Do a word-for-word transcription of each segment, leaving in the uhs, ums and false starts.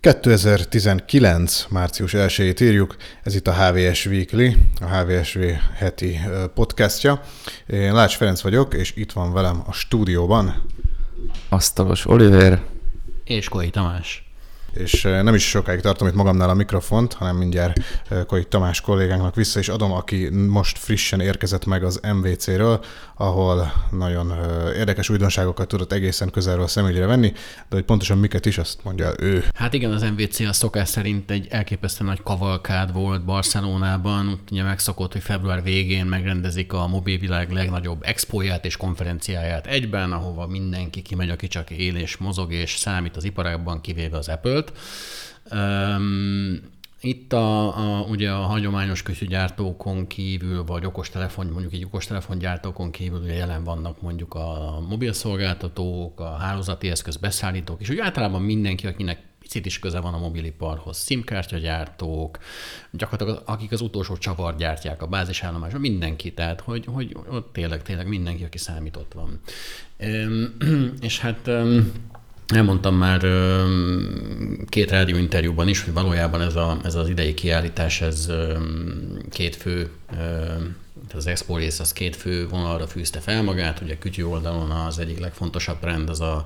kétezer-tizenkilenc. március elsejét írjuk, ez itt a há vé es Weekly, a há vé es vé heti podcastja. Én Lács Ferenc vagyok, és itt van velem a stúdióban Asztalos Oliver és Koi Tamás. És nem is sokáig tartom itt magamnál a mikrofont, hanem mindjárt Koi Tamás kollégánknak vissza is adom, aki most frissen érkezett meg az em vé cé-ről, ahol nagyon érdekes újdonságokat tudott egészen közelről szemügyre venni, de hogy pontosan miket is, azt mondja ő. Hát igen, az em vé cé a szokás szerint egy elképesztően nagy kavalkád volt Barcelonában. Ugye megszokott, hogy február végén megrendezik a mobilvilág legnagyobb expóját és konferenciáját egyben, ahova mindenki kimegy, aki csak él és mozog és számít az iparágban, kivéve az Apple-t. Um, itt a, a, ugye a hagyományos kütyügyártókon kívül, vagy okostelefon, mondjuk egy okostelefongyártókon kívül ugye jelen vannak mondjuk a mobilszolgáltatók, a hálózati eszköz beszállítók, és úgy általában mindenki, akinek picit is köze van a mobiliparhoz, SIM-kártyagyártók, gyakorlatilag akik az utolsó csavart gyártják a bázisállomásban, mindenki, tehát hogy, hogy ott tényleg, tényleg mindenki, aki számított van. Um, és hát um, elmondtam már két rádióinterjúban is, hogy valójában ez, a, ez az idei kiállítás, ez két fő, tehát az Expo rész az két fő vonalra fűzte fel magát. Ugye kütyű oldalon az egyik legfontosabb trend az a,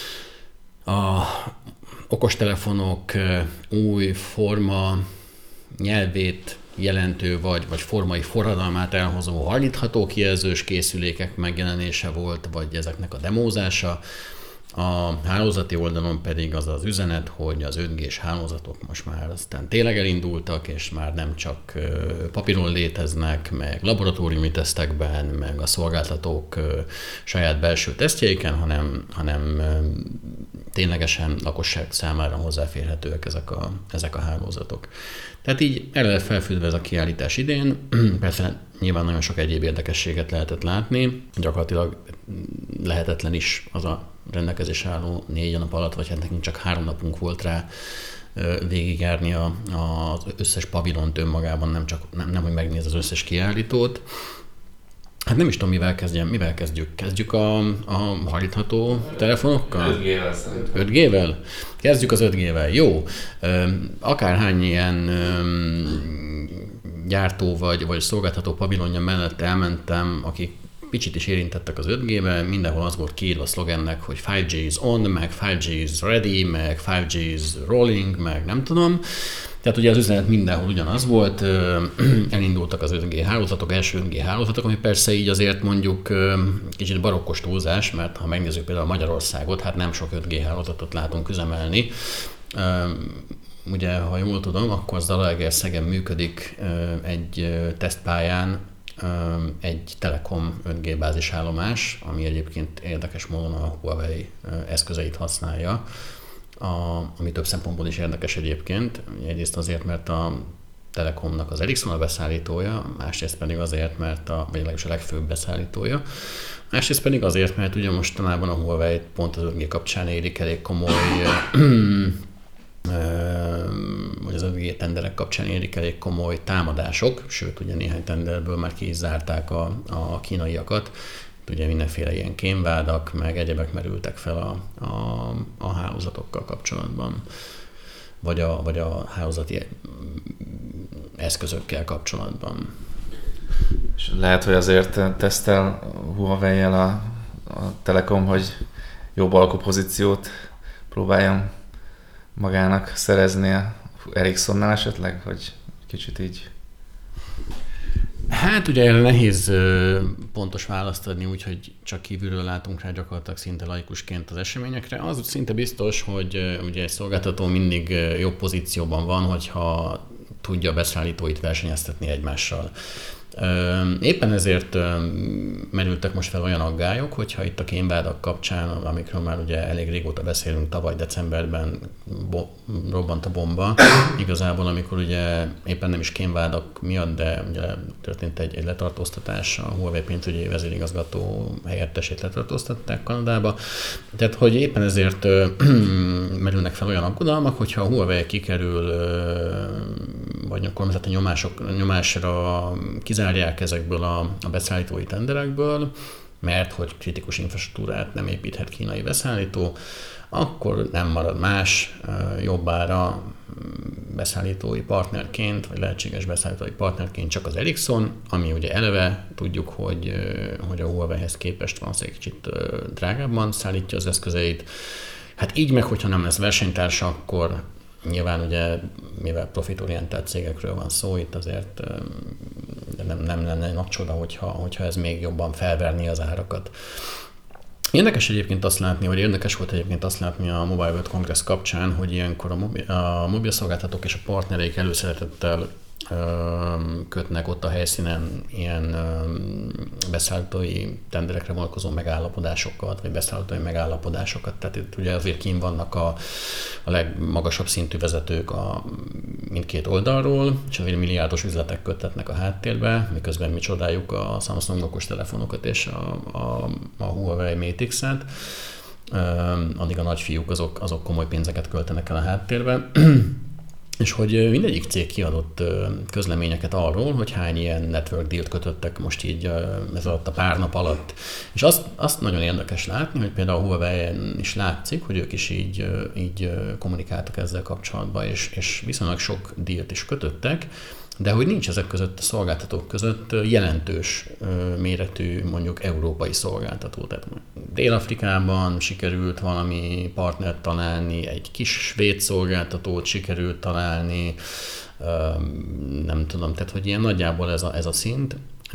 a okostelefonok új forma, nyelvét jelentő vagy, vagy formai forradalmát elhozó hajlítható kijelzős készülékek megjelenése volt, vagy ezeknek a demózása. A hálózati oldalon pedig az az üzenet, hogy az öt G-s hálózatok most már aztán tényleg elindultak, és már nem csak papíron léteznek, meg laboratóriumi tesztekben, meg a szolgáltatók saját belső tesztjeiken, hanem, hanem ténylegesen lakosság számára hozzáférhetőek ezek a, ezek a hálózatok. Tehát így el lehet felfűzve ez a kiállítás idén. Persze nyilván nagyon sok egyéb érdekességet lehetett látni, gyakorlatilag lehetetlen is az a rendelkezés álló négy nap alatt, vagy hát nekünk csak három napunk volt rá végigjárni a, a, az összes pavilont önmagában, nem csak nem, nem hogy megnéz az összes kiállítót. Hát nem is tudom, mivel kezdjem, mivel kezdjük. Kezdjük a, a hajlítható telefonokkal? öt G-vel szerintem. öt G-vel? Kezdjük az öt G-vel. Jó. Akárhány ilyen gyártó vagy, vagy szolgáltató pavilonja mellett elmentem, akik picit is érintettek az öt G-be, mindenhol az volt kiírva a szlogennek, hogy five G is on, meg five G is ready, meg five G is rolling, meg nem tudom. Tehát ugye az üzenet mindenhol ugyanaz volt, elindultak az öt G hálózatok, első öt G hálózatok, ami persze így azért mondjuk kicsit barokkos túlzás, mert ha megnézzük például Magyarországot, hát nem sok öt G hálózatot látunk üzemelni. Ugye, ha jól tudom, akkor Zalaegerszegen működik egy tesztpályán egy Telekom öt G bázisállomás, ami egyébként érdekes módon a Huawei eszközeit használja, a, ami több szempontból is érdekes egyébként. Egyrészt azért, mert a Telekomnak az Ericsson a beszállítója, másrészt pedig azért, mert a, vagy legalábbis a legfőbb beszállítója, másrészt pedig azért, mert ugye mostanában a Huawei pont az öt G kapcsán érik elég komoly vagy az öt G tenderek kapcsán érik elég komoly támadások, sőt, ugye néhány tenderből már ki is zárták a, a kínaiakat. Ugye mindenféle ilyen kémvádak, meg egyebek merültek fel a, a, a hálózatokkal kapcsolatban, vagy a, vagy a hálózati eszközökkel kapcsolatban. És lehet, hogy azért tesztel Huawei-jel a, a Telekom, hogy jobb alkupozíciót próbáljon magának szerezni a Ericssonnál esetleg, hogy kicsit így... Hát ugye erre nehéz pontos választ adni, úgyhogy csak kívülről látunk rá gyakorlatilag szinte laikusként az eseményekre. Az szinte biztos, hogy ugye egy szolgáltató mindig jobb pozícióban van, hogyha tudja a beszállítóit versenyeztetni egymással. Éppen ezért merültek most fel olyan aggályok, hogyha itt a kémvádak kapcsán, amikről már ugye elég régóta beszélünk, tavaly decemberben bo- robbant a bomba, igazából amikor ugye éppen nem is kémvádak miatt, de ugye történt egy, egy letartóztatás, a Huawei pénzügyi vezérigazgató helyettesét letartóztatták Kanadába. Tehát, hogy éppen ezért merülnek fel olyan aggodalmak, hogyha a Huawei kikerül, vagy a kormányzati nyomások, nyomásra kizárják ezekből a, a beszállítói tenderekből, mert hogy kritikus infrastruktúrát nem építhet kínai beszállító, akkor nem marad más jobbára beszállítói partnerként, vagy lehetséges beszállítói partnerként csak az Ericsson, ami ugye eleve tudjuk, hogy, hogy a Huawei-hez képest van egy kicsit drágábban szállítja az eszközeit. Hát így meg, hogyha nem lesz versenytársa, akkor nyilván ugye, mivel profitorientált cégekről van szó, itt azért nem, nem lenne nagy csoda, hogyha, hogyha ez még jobban felverni az árakat. Érdekes egyébként azt látni, vagy érdekes volt egyébként azt látni a Mobile World Congress kapcsán, hogy ilyenkor a, mobil, a mobilszolgáltatók és a partnereik előszeretettel kötnek ott a helyszínen ilyen beszállítói tenderekre vonatkozó megállapodásokat, vagy beszállítói megállapodásokat. Tehát itt ugye azért kín vannak a, a legmagasabb szintű vezetők a mindkét oldalról, és azért milliárdos üzletek köttetnek a háttérbe, miközben mi csodáljuk a Samsung okos telefonokat és a, a, a Huawei Mate X-et. Addig a nagyfiúk azok, azok komoly pénzeket költenek el a háttérbe. És hogy mindegyik cég kiadott közleményeket arról, hogy hány ilyen network dealt kötöttek most így ez alatt a pár nap alatt. És azt, azt nagyon érdekes látni, hogy például a Huawei-en is látszik, hogy ők is így, így kommunikáltak ezzel kapcsolatban, és, és viszonylag sok dealt is kötöttek, de hogy nincs ezek között a szolgáltatók között jelentős méretű mondjuk európai szolgáltató. Tehát Dél-Afrikában sikerült valami partnert találni, egy kis svéd szolgáltatót sikerült találni, nem tudom, tehát hogy ilyen nagyjából ez a, ez a szint.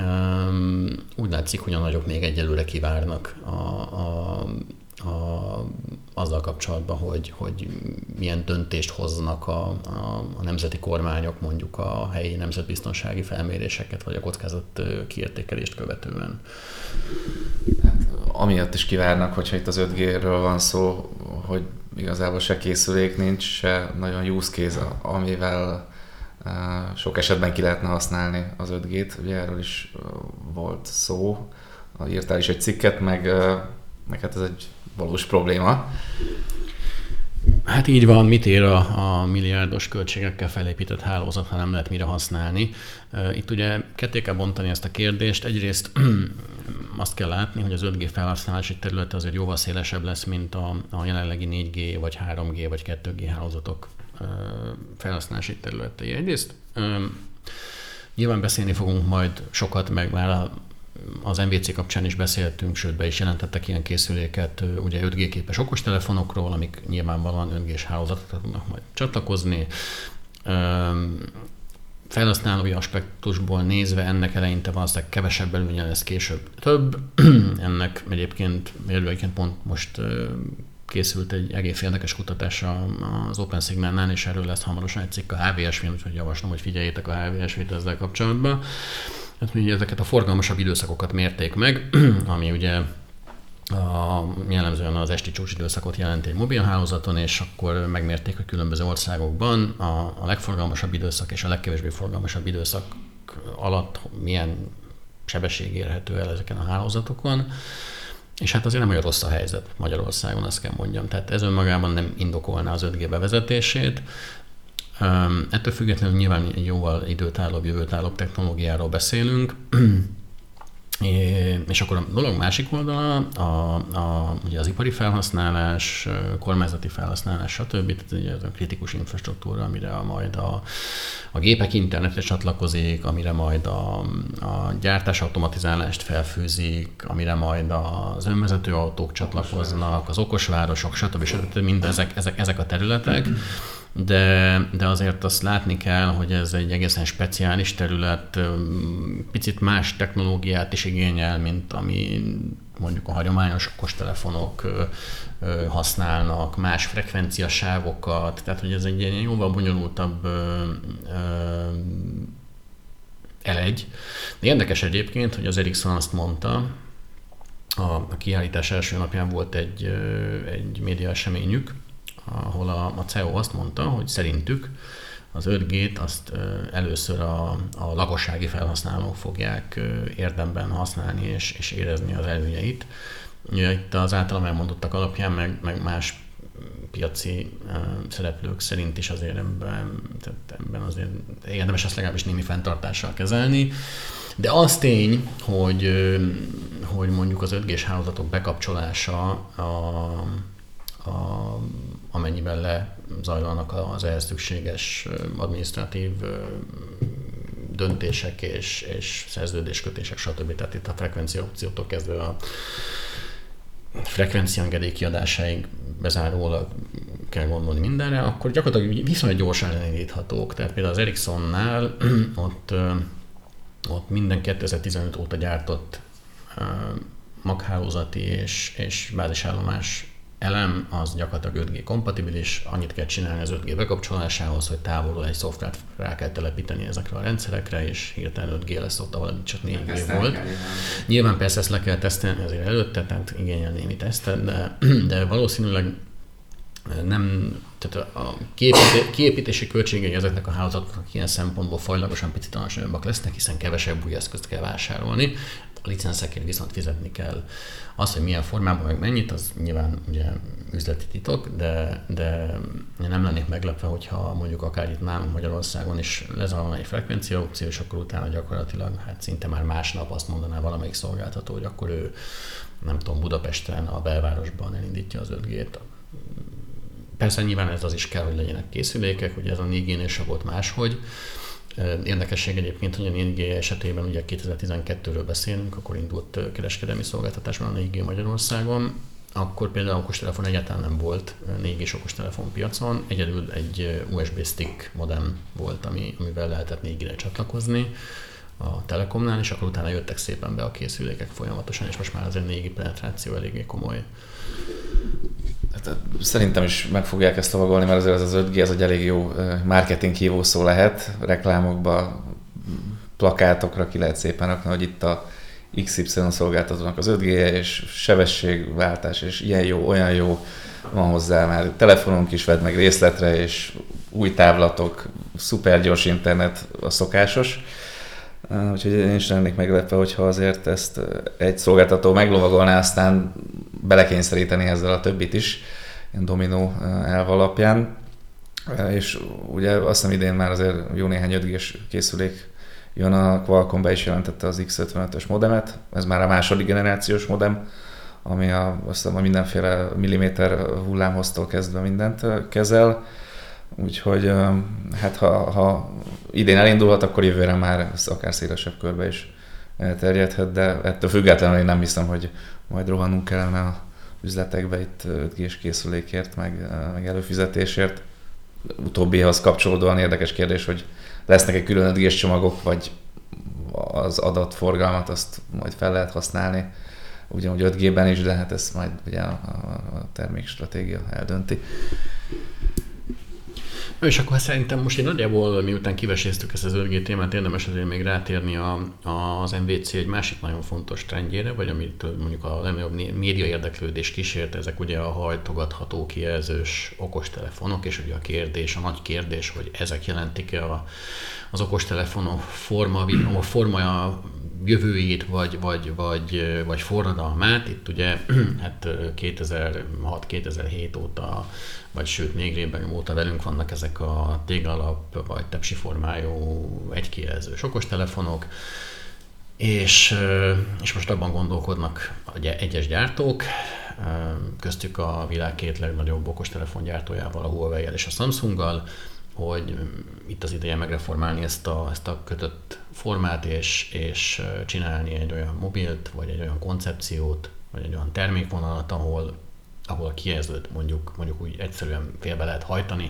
Úgy látszik, hogy a nagyok még egyelőre kivárnak a, a A, azzal kapcsolatban, hogy, hogy milyen döntést hoznak a, a, a nemzeti kormányok mondjuk a helyi nemzetbiztonsági felméréseket, vagy a kockázat kiértékelést követően. Hát, amiatt is kivárnak, hogyha itt az öt G-ről van szó, hogy igazából se készülék nincs, se nagyon use case, amivel uh, sok esetben ki lehetne használni az öt G-t. Ugye erről is uh, volt szó, írtál is egy cikket, meg, uh, meg hát ez egy valós probléma. Hát így van, mit ér a, a milliárdos költségekkel felépített hálózat, ha nem lehet mire használni. Itt ugye ketté kell bontani ezt a kérdést. Egyrészt azt kell látni, hogy az öt G felhasználási területe azért jóval szélesebb lesz, mint a, a jelenlegi négy G, vagy három G, vagy kettő G hálózatok felhasználási területei. Egyrészt nyilván beszélni fogunk majd sokat, meg már az em vé cé kapcsán is beszéltünk, sőt be is jelentettek ilyen készüléket, ugye öt G képes okostelefonokról, amik nyilvánvalóan öt G-s hálózatra tudnak majd csatlakozni. Felhasználói aspektusból nézve ennek eleinte valószínűleg kevesebb előnye lesz, később több. Ennek egyébként mérőként pont most készült egy egész érdekes kutatás az Open Signalnál, és erről lesz hamarosan egy cikk a há vé es vén, úgyhogy javaslom, hogy figyeljétek a há vé es vét ezzel kapcsolatban. Hát ugye ezeket a forgalmasabb időszakokat mérték meg, ami ugye a, jellemzően az esti csúcsidőszakot jelenti egy mobilhálózaton, és akkor megmérték, hogy különböző országokban a, a legforgalmasabb időszak és a legkevésbé forgalmasabb időszak alatt milyen sebesség érhető el ezeken a hálózatokon. És hát azért nem olyan rossz a helyzet Magyarországon, azt kell mondjam. Tehát ez önmagában nem indokolná az öt G bevezetését. Um, ettől függetlenül nyilván egy jóval időtállóbb, jövőtállóbb technológiáról beszélünk, é, és akkor a dolog másik oldala, a, a, ugye az ipari felhasználás, kormányzati felhasználás, stb. Tehát ugye ez a kritikus infrastruktúra, amire a, majd a, a gépek internetre csatlakozik, amire majd a, a gyártás automatizálást felfűzik, amire majd az önvezető autók csatlakoznak, az okosvárosok, stb. stb. Mind ezek, ezek, ezek a területek. De, de azért azt látni kell, hogy ez egy egészen speciális terület, picit más technológiát is igényel, mint ami mondjuk a hagyományos okostelefonok használnak, más frekvenciasávokat, tehát hogy ez egy ilyen jóval bonyolultabb elegy. De érdekes egyébként, hogy az Ericsson azt mondta, a kiállítás első napján volt egy, egy média eseményük, ahol a, a cé e o azt mondta, hogy szerintük az öt G-t azt először a, a lakossági felhasználók fogják érdemben használni és, és érezni az előnyeit. Itt az általam elmondottak alapján, meg, meg más piaci szereplők szerint is azért ebben, tehát ebben azért érdemes ezt legalábbis némi fenntartással kezelni. De az tény, hogy, hogy mondjuk az öt G-s hálózatok bekapcsolása, a, a, amennyiben lezajlanak az ehhez szükséges adminisztratív döntések és, és szerződéskötések, stb. Tehát itt a frekvencia opciótól kezdve a frekvenciaengedély kiadásáig bezárólag kell gondolni mindenre, akkor gyakorlatilag viszonylag gyorsan elindíthatók. Tehát például az Ericssonnál ott, ott minden kétezer-tizenöt óta gyártott maghálózati és, és bázisállomás elem az gyakorlatilag öt G kompatibilis, annyit kell csinálni az öt G bekapcsolásához, hogy távolról egy szoftvert rá kell telepíteni ezekre a rendszerekre, és hirtelen öt G lesz ott, ahol csak négy G volt. Nyilván persze ezt le kell tesztelni azért előtte, tehát igényel némi tesztet, de, de valószínűleg nem, tehát a kiépítési költségei ezeknek a hálózatoknak ilyen szempontból fajlagosan picit alacsonyabbak lesznek, hiszen kevesebb új eszközt kell vásárolni. A licenszekért viszont fizetni kell. Az, hogy milyen formában, meg mennyit, az nyilván ugye üzleti titok, de, de nem lennék meglepve, hogyha mondjuk akár itt nálunk Magyarországon is lezajlana egy frekvencia opció, és akkor utána gyakorlatilag hát szinte már másnap azt mondaná valamelyik szolgáltató, hogy akkor ő, nem tudom, Budapesten, a belvárosban elindítja az öt G-t. Persze nyilván ez az is kell, hogy legyenek készülékek, ugye ez a négy G-nél se volt máshogy. Érdekesség egyébként, hogy a négy G esetében ugye kétezer-tizenkettőről beszélünk, akkor indult kereskedelmi szolgáltatásban a négy G Magyarországon, akkor például okostelefon egyáltalán nem volt négy G-s okostelefon piacon, egyedül egy u es bé stick modem volt, ami, amivel lehetett négy G-re csatlakozni a Telekomnál, és akkor utána jöttek szépen be a készülékek folyamatosan, és most már azért négy G penetráció eléggé komoly. Hát, szerintem is meg fogják ezt lovagolni, mert azért ez az öt G ez egy elég jó marketing hívószó lehet. Reklámokba, plakátokra ki lehet szépen rakni, hogy itt a iksz ipszilon szolgáltatónak az öt G-je, és sebességváltás, és ilyen jó, olyan jó, van hozzá már telefonunk is, vedd meg részletre, és új távlatok, szuper gyors internet a szokásos. Úgyhogy én is lennék meglepve, hogyha azért ezt egy szolgáltató meglovagolná, aztán belekényszeríteni ezzel a többit is, ilyen dominó elv alapján. És ugye azt hiszem idén már azért jó néhány öt G-s készülék jön, a Qualcomm be is jelentette az iksz ötvenötös modemet, ez már a második generációs modem, ami a, azt hiszem, a mindenféle milliméter hullámhoztól kezdve mindent kezel. Úgyhogy hát ha, ha idén elindulhat, akkor jövőre már akár szélesebb körbe is elterjedhet, de ettől függetlenül én nem hiszem, hogy majd rohanunk kellene a üzletekbe itt öt G-s készülékért, meg, meg előfizetésért. Utóbbihoz kapcsolódóan érdekes kérdés, hogy lesznek-e külön öt G-s csomagok, vagy az adatforgalmat azt majd fel lehet használni, ugyanúgy öt G-ben is, de hát ezt majd ugye a, a termékstratégia eldönti. És akkor szerintem most én nagyjából, miután kiveséztük ezt az öt G témát, érdemes azért még rátérni a, az em vé cé egy másik nagyon fontos trendjére, vagy amit mondjuk a legnagyobb média érdeklődés kísért, ezek ugye a hajtogatható kijelzős okostelefonok, és ugye a kérdés, a nagy kérdés, hogy ezek jelentik-e a, az okostelefonok forma, a forma jövőjét, vagy, vagy, vagy, vagy forradalmát. Itt ugye hát kétezer-hat kétezer-hét óta, vagy sőt még régebb óta velünk vannak ezek a téglalap, vagy tepsi formájú egykijelzős okostelefonok, és, és most abban gondolkodnak ugye egyes gyártók, köztük a világ két legnagyobb okostelefongyártójával, a Huawei-jel és a Samsunggal, hogy itt az ideje megreformálni ezt a, ezt a kötött formát, és, és csinálni egy olyan mobilt, vagy egy olyan koncepciót, vagy egy olyan termékvonalat, ahol, ahol a kijelzőt mondjuk, mondjuk úgy egyszerűen félbe lehet hajtani.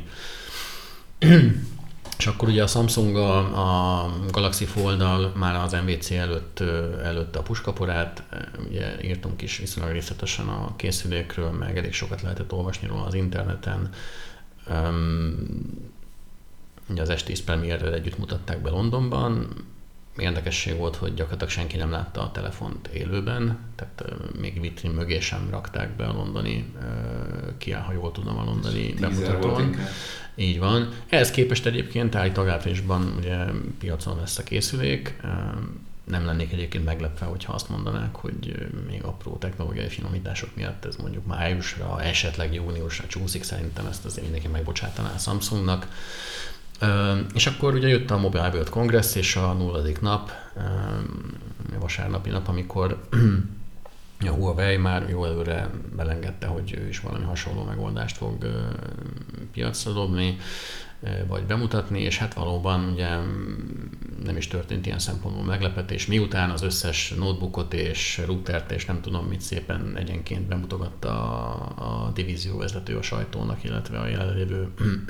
És akkor ugye a Samsung a, a Galaxy Fold-dal már az em vé cé előtt, előtt a puskaporát, ugye írtunk is viszonylag részletesen a készülékről, meg elég sokat lehetett olvasni róla az interneten. Um, Ugye az es tíz Premierrel együtt mutatták be Londonban. Érdekesség volt, hogy gyakorlatilag senki nem látta a telefont élőben, tehát uh, még vitrin mögé sem rakták be a londoni, uh, ki ha jól tudom, a londoni bemutatón. Így van. Ehhez képest egyébként állítólag áprilisban ugye piacon lesz a készülék. Uh, nem lennék egyébként meglepve, hogyha azt mondanák, hogy még apró technológiai finomítások miatt ez mondjuk májusra, esetleg júniusra csúszik, szerintem ezt azért mindenki megbocsátaná a Samsungnak. És akkor ugye jött a Mobile World Congress és a nulladik nap, a vasárnapi nap, amikor a Huawei már jó előre belengedte, hogy ő is valami hasonló megoldást fog piacra dobni, vagy bemutatni, és hát valóban ugye nem is történt ilyen szempontból meglepetés. Miután az összes notebookot és routert és nem tudom mit szépen egyenként bemutogatta a, a divízióvezető a sajtónak, illetve a jelenlévő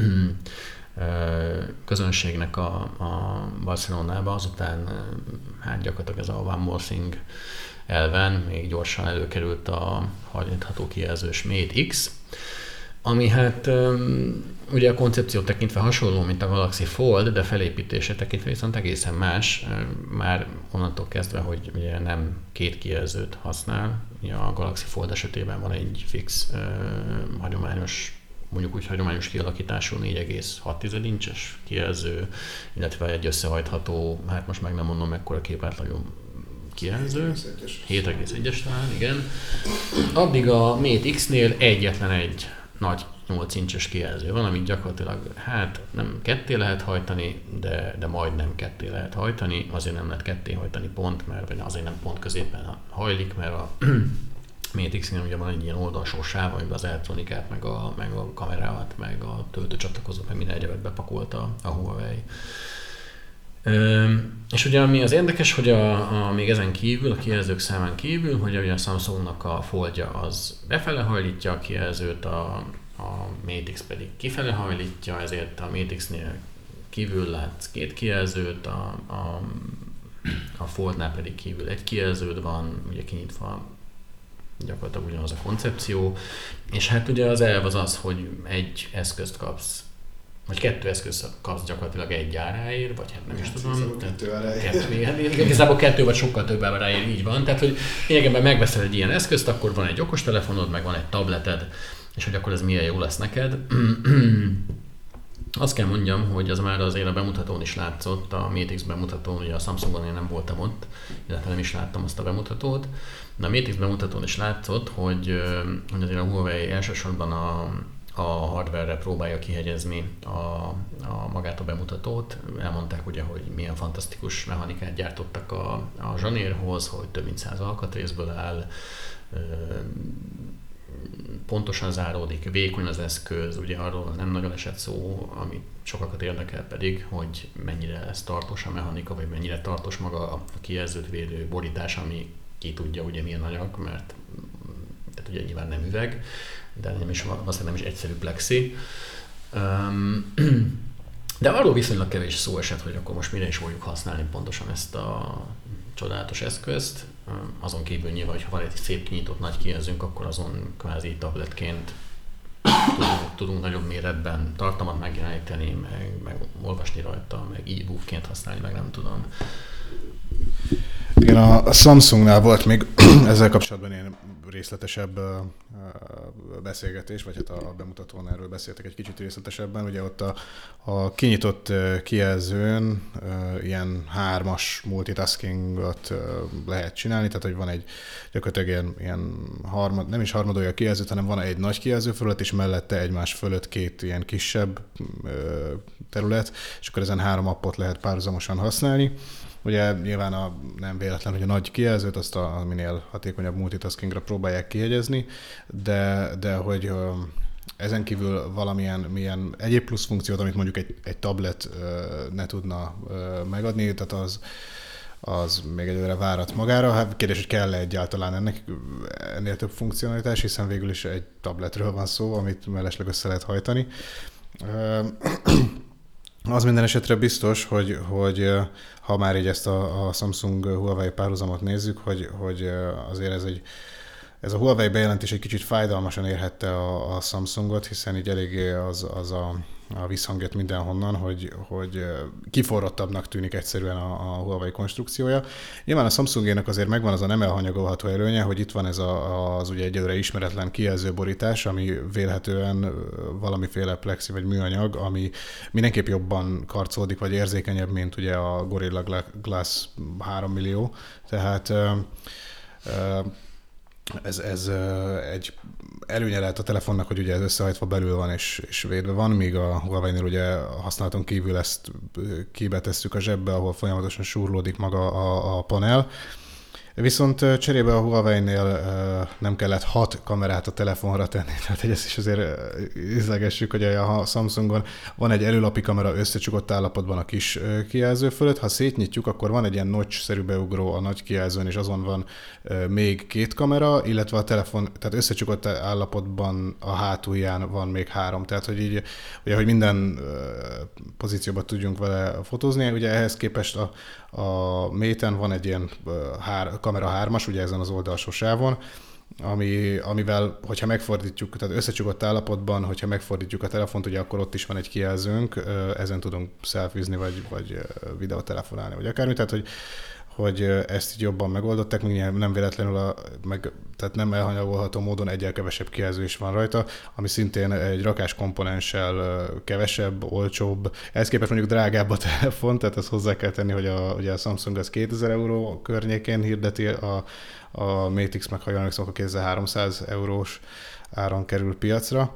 közönségnek a, a Barcelonába, azután hát gyakorlatilag ez a One More Thing elven még gyorsan előkerült a hajlítható kijelzős Mate X, ami hát ugye a koncepciót tekintve hasonló, mint a Galaxy Fold, de felépítése tekintve viszont egészen más, már onnantól kezdve, hogy ugye nem két kijelzőt használ, ugye a Galaxy Fold esetében van egy fix, hagyományos, mondjuk úgy hagyományos kialakítású négy egész hat incses kijelző, illetve egy összehajtható, hát most meg nem mondom mekkora képátlagú kijelző, hét egész egyes talán, igen. Addig a Mate X-nél egyetlen egy nagy nyolc incses kijelző van, amit gyakorlatilag hát nem ketté lehet hajtani, de, de majdnem ketté lehet hajtani, azért nem lehet ketté hajtani pont, mert azért nem pont középen hajlik, mert a Mate X-nél ugye van egy ilyen oldalsó sáv, amiben az elektronikát, meg a, meg a kamerát, meg a töltőcsatlakozót, meg minden egyebet bepakolta a Huawei. Ö, és ugye ami az érdekes, hogy a, a, még ezen kívül, a kijelzők számán kívül, hogy ugye a Samsungnak a Foldja az befele hajlítja a kijelzőt, a, a Mate X pedig kifele hajlítja, ezért a Mate X-nél kívül látsz két kijelzőt, a, a, a Foldnál pedig kívül egy kijelződ van, ugye kinyitva gyakorlatilag ugyanaz a koncepció, és hát ugye az elv az az, hogy egy eszközt kapsz, vagy kettő eszközt kapsz gyakorlatilag egy áráért, vagy hát nem is tudom. Kettő áráért. Igazából kettő vagy sokkal több áráért, így van. Tehát, hogy lényegében megveszel egy ilyen eszközt, akkor van egy okostelefonod, meg van egy tableted, és hogy akkor ez milyen jó lesz neked. Azt kell mondjam, hogy az már azért a bemutatón is látszott, a Mate X bemutatón, ugye a Samsungon én nem voltam ott, illetve nem is láttam azt a bemutatót, de a Mate X bemutatón is látszott, hogy, hogy azért a Huawei elsősorban a, a hardware-re próbálja kihegyezni a, a magát a bemutatót. Elmondták ugye, hogy milyen fantasztikus mechanikát gyártottak a, a zsanérhoz, hogy több mint száz alkatrészből áll, pontosan záródik, vékony az eszköz, ugye arról nem nagyon esett szó, ami sokakat érdekel pedig, hogy mennyire lesz tartós a mechanika, vagy mennyire tartós maga a kijelzőt védő borítás, ami ki tudja ugye milyen anyag, mert tehát ugye nyilván nem üveg, de nem is, valószínűleg nem is egyszerű plexi. Um, de arról viszonylag kevés szó esett, hogy akkor most mire is fogjuk használni pontosan ezt a csodálatos eszközt. Azon kívül nyilván, hogyha van egy szép kinyitott nagy kijelzőnk, akkor azon kvázi tabletként tudunk, tudunk nagyobb méretben tartalmat megjeleníteni, meg, meg olvasni rajta, meg e-bookként használni, meg nem tudom. Igen, a Samsungnál volt még ezzel kapcsolatban ilyen részletesebb beszélgetés, vagy hát a bemutatón erről beszéltek egy kicsit részletesebben. Ugye ott a, a kinyitott kijelzőn ilyen hármas multitaskingot lehet csinálni, tehát hogy van egy gyakorlatilag ilyen, ilyen harmad, nem is harmadolja a kijelzőt, hanem van egy nagy kijelző fölött, és mellette egymás fölött két ilyen kisebb terület, és akkor ezen három appot lehet párhuzamosan használni. Ugye nyilván a, nem véletlen, hogy a nagy kijelzőt azt a minél hatékonyabb multitaskingra próbálják kihegyezni, de, de hogy ezen kívül valamilyen milyen egyéb plusz funkciót, amit mondjuk egy, egy tablet ne tudna megadni, tehát az, az még egyelőre várat magára. Hát kérdés, hogy kell-e egyáltalán ennek ennél több funkcionalitás, hiszen végül is egy tabletről van szó, amit mellesleg össze lehet hajtani. Az minden esetre biztos, hogy, hogy ha már így ezt a, a Samsung-Huawei párhuzamot nézzük, hogy, hogy azért ez, egy, ez a Huawei bejelentés egy kicsit fájdalmasan érhette a, a Samsungot, hiszen így eléggé az, az a a visszhangját mindenhonnan, hogy, hogy kiforrottabbnak tűnik egyszerűen a, a Huawei konstrukciója. Nyilván a Samsungének azért megvan az a nem elhanyagolható előnye, hogy itt van ez a, az ugye egyelőre ismeretlen kijelzőborítás, ami vélhetően valamiféle plexi vagy műanyag, ami mindenképp jobban karcolódik, vagy érzékenyebb, mint ugye a Gorilla Glass három millió. Tehát Ez, ez egy előnye lehet a telefonnak, hogy ugye ez összehajtva belül van és, és védve van, míg a Huawei-nél ugye használaton kívül ezt kibetesszük a zsebbe, ahol folyamatosan súrlódik maga a, a panel. Viszont cserébe a Huawei-nél nem kellett hat kamerát a telefonra tenni, tehát hogy ezt is azért ízlegessük, hogy a Samsungon van egy előlapi kamera összecsukott állapotban a kis kijelző fölött, ha szétnyitjuk, akkor van egy ilyen notch-szerű beugró a nagy kijelzőn, és azon van még két kamera, illetve a telefon, tehát összecsukott állapotban a hátulján van még három, tehát hogy így, ugye, hogy minden pozícióban tudjunk vele fotózni, ugye ehhez képest a, a Mate-en van egy ilyen hár, kamera hármas, ugye ezen az oldalsó sávon, ami, amivel, hogyha megfordítjuk, tehát összecsukott állapotban, hogyha megfordítjuk a telefont, ugye akkor ott is van egy kijelzőnk, ezen tudunk szelfizni, vagy, vagy videótelefonálni, vagy akármi, tehát hogy hogy ezt így jobban megoldották, még nem véletlenül, a, meg, tehát nem elhanyagolható módon egyel kevesebb kijelző is van rajta, ami szintén egy rakás komponenssel kevesebb, olcsóbb. Ehhez képest mondjuk drágább a telefon, tehát ezt hozzá kell tenni, hogy a, ugye a Samsung az kétezer euró környékén hirdeti, a, a Mate X meg, ha jól emlékszem, akkor kétezer-háromszáz eurós áron kerül piacra.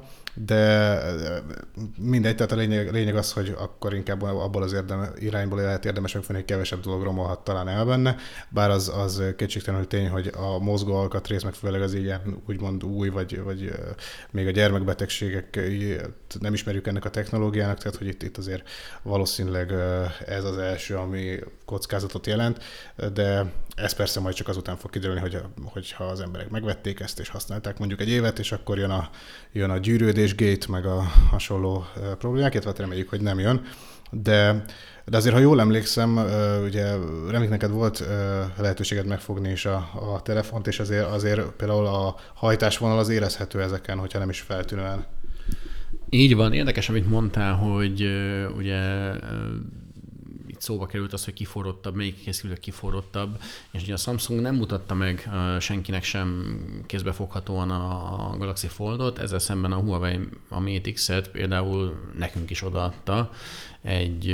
De mindegy, tehát a lényeg, lényeg az, hogy akkor inkább abból az érdem, irányból lehet érdemes megfogni, hogy kevesebb dolog romolhat talán el benne, bár az, az kétségtelenül tény, hogy a mozgó alkatrész, meg főleg az ilyen úgymond új, vagy, vagy még a gyermekbetegségek nem ismerjük ennek a technológiának, tehát hogy itt, itt azért valószínűleg ez az első, ami kockázatot jelent, de ez persze majd csak azután fog kiderülni, hogy, hogyha az emberek megvették ezt és használták mondjuk egy évet, és akkor jön a, jön a gyűrődés gate, meg a hasonló problémák, illetve reméljük, hogy nem jön. De, de azért, ha jól emlékszem, ugye reméljük neked volt lehetőséged megfogni is a, a telefont, és azért, azért például a hajtásvonal az érezhető ezeken, hogyha nem is feltűnően. Így van, érdekes, amit mondtál, hogy ugye itt szóba került az, hogy kiforrottabb, melyik készülő kiforrottabb, és ugye a Samsung nem mutatta meg senkinek sem kézbefoghatóan a Galaxy Foldot, ezzel szemben a Huawei a Mate X-et például nekünk is odaadta egy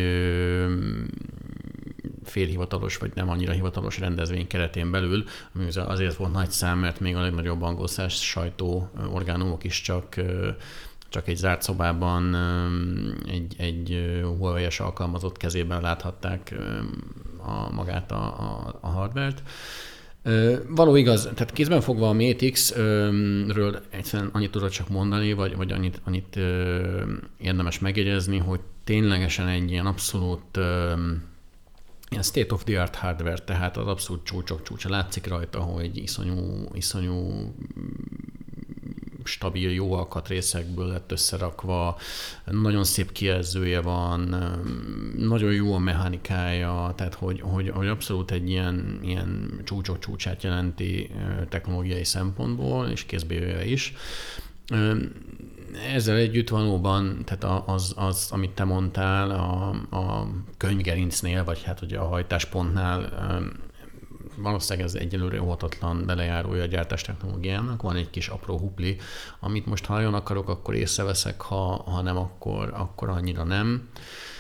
félhivatalos, vagy nem annyira hivatalos rendezvény keretén belül, ami azért volt nagy szám, mert még a legnagyobb angol sajtó orgánumok is csak csak egy zárt szobában egy, egy Huawei-es alkalmazott kezében láthatták a, magát a, a, a hardvert. Való igaz, tehát kézben fogva a Mate X-ről egyszerűen annyit tudod csak mondani, vagy, vagy annyit, annyit érdemes megjegyezni, hogy ténylegesen egy ilyen abszolút ilyen state of the art hardware, tehát az abszolút csúcsok csúcsa. Látszik rajta, hogy iszonyú, iszonyú stabil, jó alkatrészekből lett összerakva, nagyon szép kijelzője van, nagyon jó a mechanikája, tehát hogy, hogy, hogy abszolút egy ilyen, ilyen csúcsok csúcsát jelenti technológiai szempontból, és kézbéjöve is. Ezzel együtt valóban, tehát az, az, amit te mondtál, a, a könyvgerincnél, vagy hát ugye a hajtáspontnál, valószínűleg ez egyelőre óhatatlan belejárója a gyártás technológiának. Van egy kis apró hupli, amit most ha nagyon akarok, akkor észreveszek, ha, ha nem, akkor, akkor annyira nem.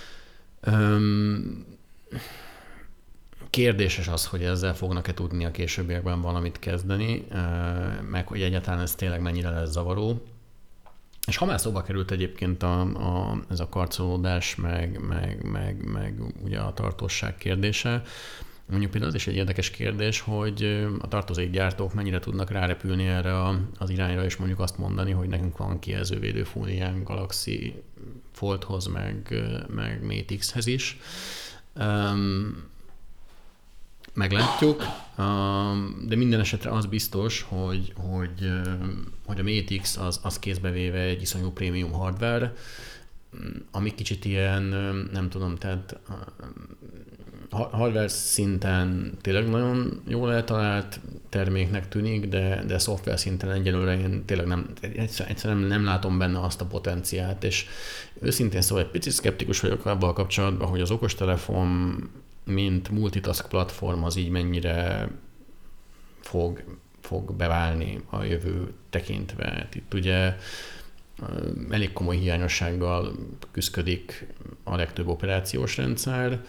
Öm, kérdéses az, hogy ezzel fognak-e tudni a későbbiekben valamit kezdeni, meg hogy egyáltalán ez tényleg mennyire lesz zavaró. És ha már szóba került egyébként a, a, ez a karcolódás, meg, meg, meg, meg ugye a tartóság kérdése, mondjuk például az is egy érdekes kérdés, hogy a tartozékgyártók mennyire tudnak rárepülni erre az irányra, és mondjuk azt mondani, hogy nekünk van kijelzővédő fóliánk Galaxy Foldhoz, meg, meg Mate X-hez is. Um, meglátjuk, um, de minden esetre az biztos, hogy, hogy, hogy a Mate X az, az kézbevéve egy iszonyú prémium hardware, ami kicsit ilyen, nem tudom, tehát hardware szinten tényleg nagyon jól eltalált, terméknek tűnik, de, de szoftver szinten egyelőre én tényleg nem, egyszerűen nem, nem látom benne azt a potenciált, és őszintén szóval egy picit szkeptikus vagyok abban a kapcsolatban, hogy az okostelefon, mint multitask platform, az így mennyire fog, fog beválni a jövő tekintve. Itt ugye elég komoly hiányossággal küszködik a legtöbb operációs rendszer,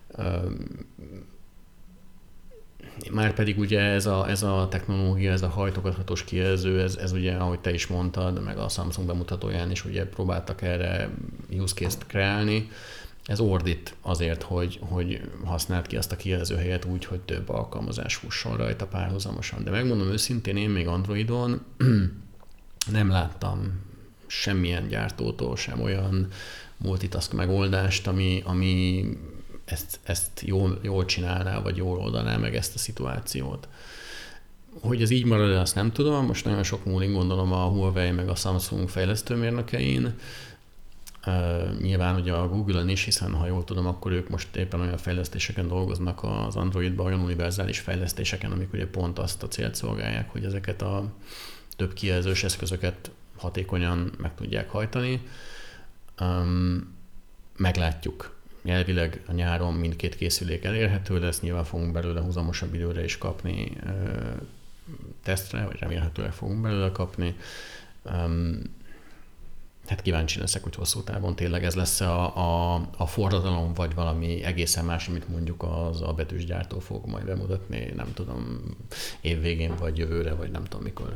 márpedig ugye ez a, ez a technológia, ez a hajtogathatós kijelző, ez, ez ugye, ahogy te is mondtad, meg a Samsung bemutatóján is ugye próbáltak erre use case-t kreálni. Ez ordít azért, hogy, hogy használd ki azt a kijelzőhelyet úgy, hogy több alkalmazás fusson rajta párhuzamosan. De megmondom őszintén, én még Androidon nem láttam semmilyen gyártótól sem olyan multitask megoldást, ami, ami ezt, ezt jól, jól csinálná, vagy jól oldaná meg ezt a szituációt. Hogy ez így marad, azt nem tudom. Most nagyon sok múlik, gondolom, a Huawei meg a Samsung fejlesztőmérnökein. Uh, nyilván ugye a Google-on is, hiszen ha jól tudom, akkor ők most éppen olyan fejlesztéseken dolgoznak az Androidban, olyan univerzális fejlesztéseken, amik ugye pont azt a célt szolgálják, hogy ezeket a több kijelzős eszközöket hatékonyan meg tudják hajtani. Um, meglátjuk. Elvileg a nyáron mindkét készülék elérhető lesz, nyilván fogunk belőle húzamosabb időre is kapni uh, tesztre, vagy remélhetőleg fogunk belőle kapni. Um, hát kíváncsi leszek, hogy hosszú távon tényleg ez lesz a, a, a forradalom, vagy valami egészen más, amit mondjuk az a betűs gyártó fog majd bemutatni, nem tudom, évvégén, vagy jövőre, vagy nem tudom mikor.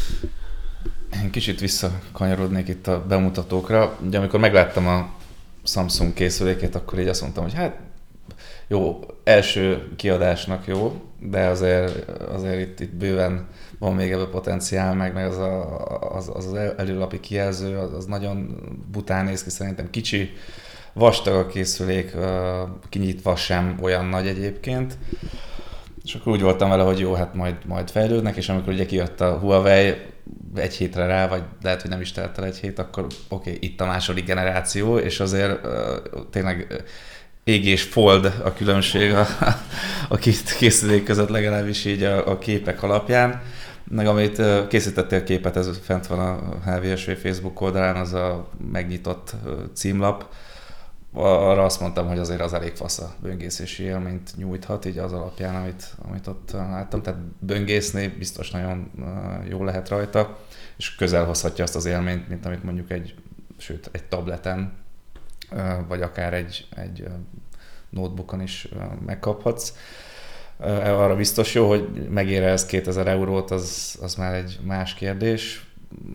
Én kicsit visszakanyarodnék itt a bemutatókra. Ugye amikor megláttam a Samsung készülékét, akkor így azt mondtam, hogy hát jó, első kiadásnak jó, de azért, azért itt, itt bőven van még ebből potenciál, meg, meg az, a, az, az előlapi kijelző, az, az nagyon bután néz ki, szerintem kicsi, vastag a készülék, kinyitva sem olyan nagy egyébként. És akkor úgy voltam vele, hogy jó, hát majd, majd fejlődnek, és amikor ugye kijött a Huawei egy hétre rá, vagy lehet, hogy nem is telt el egy hét, akkor oké, okay, itt a második generáció, és azért uh, tényleg ég és fold a különbség a, a két készülék között, legalábbis így a, a képek alapján. Meg amit uh, készítettél képet, ez fent van a há vé es vé Facebook oldalán, az a megnyitott uh, címlap. Arra azt mondtam, hogy azért az elég fasz a böngészési élményt nyújthat, így az alapján, amit, amit ott láttam. Tehát böngészni biztos nagyon jó lehet rajta, és közel hozhatja azt az élményt, mint amit mondjuk egy, sőt, egy tableten, vagy akár egy, egy notebookon is megkaphatsz. Arra biztos jó, hogy megér ez kétezer eurót, az, az már egy más kérdés.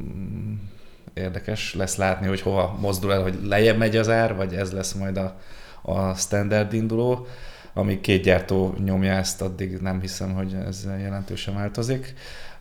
Érdekes lesz látni, hogy hova mozdul el, hogy lejjebb megy az ár, vagy ez lesz majd a, a standard induló. Amíg két gyártó nyomja ezt, addig nem hiszem, hogy ez jelentősen változik.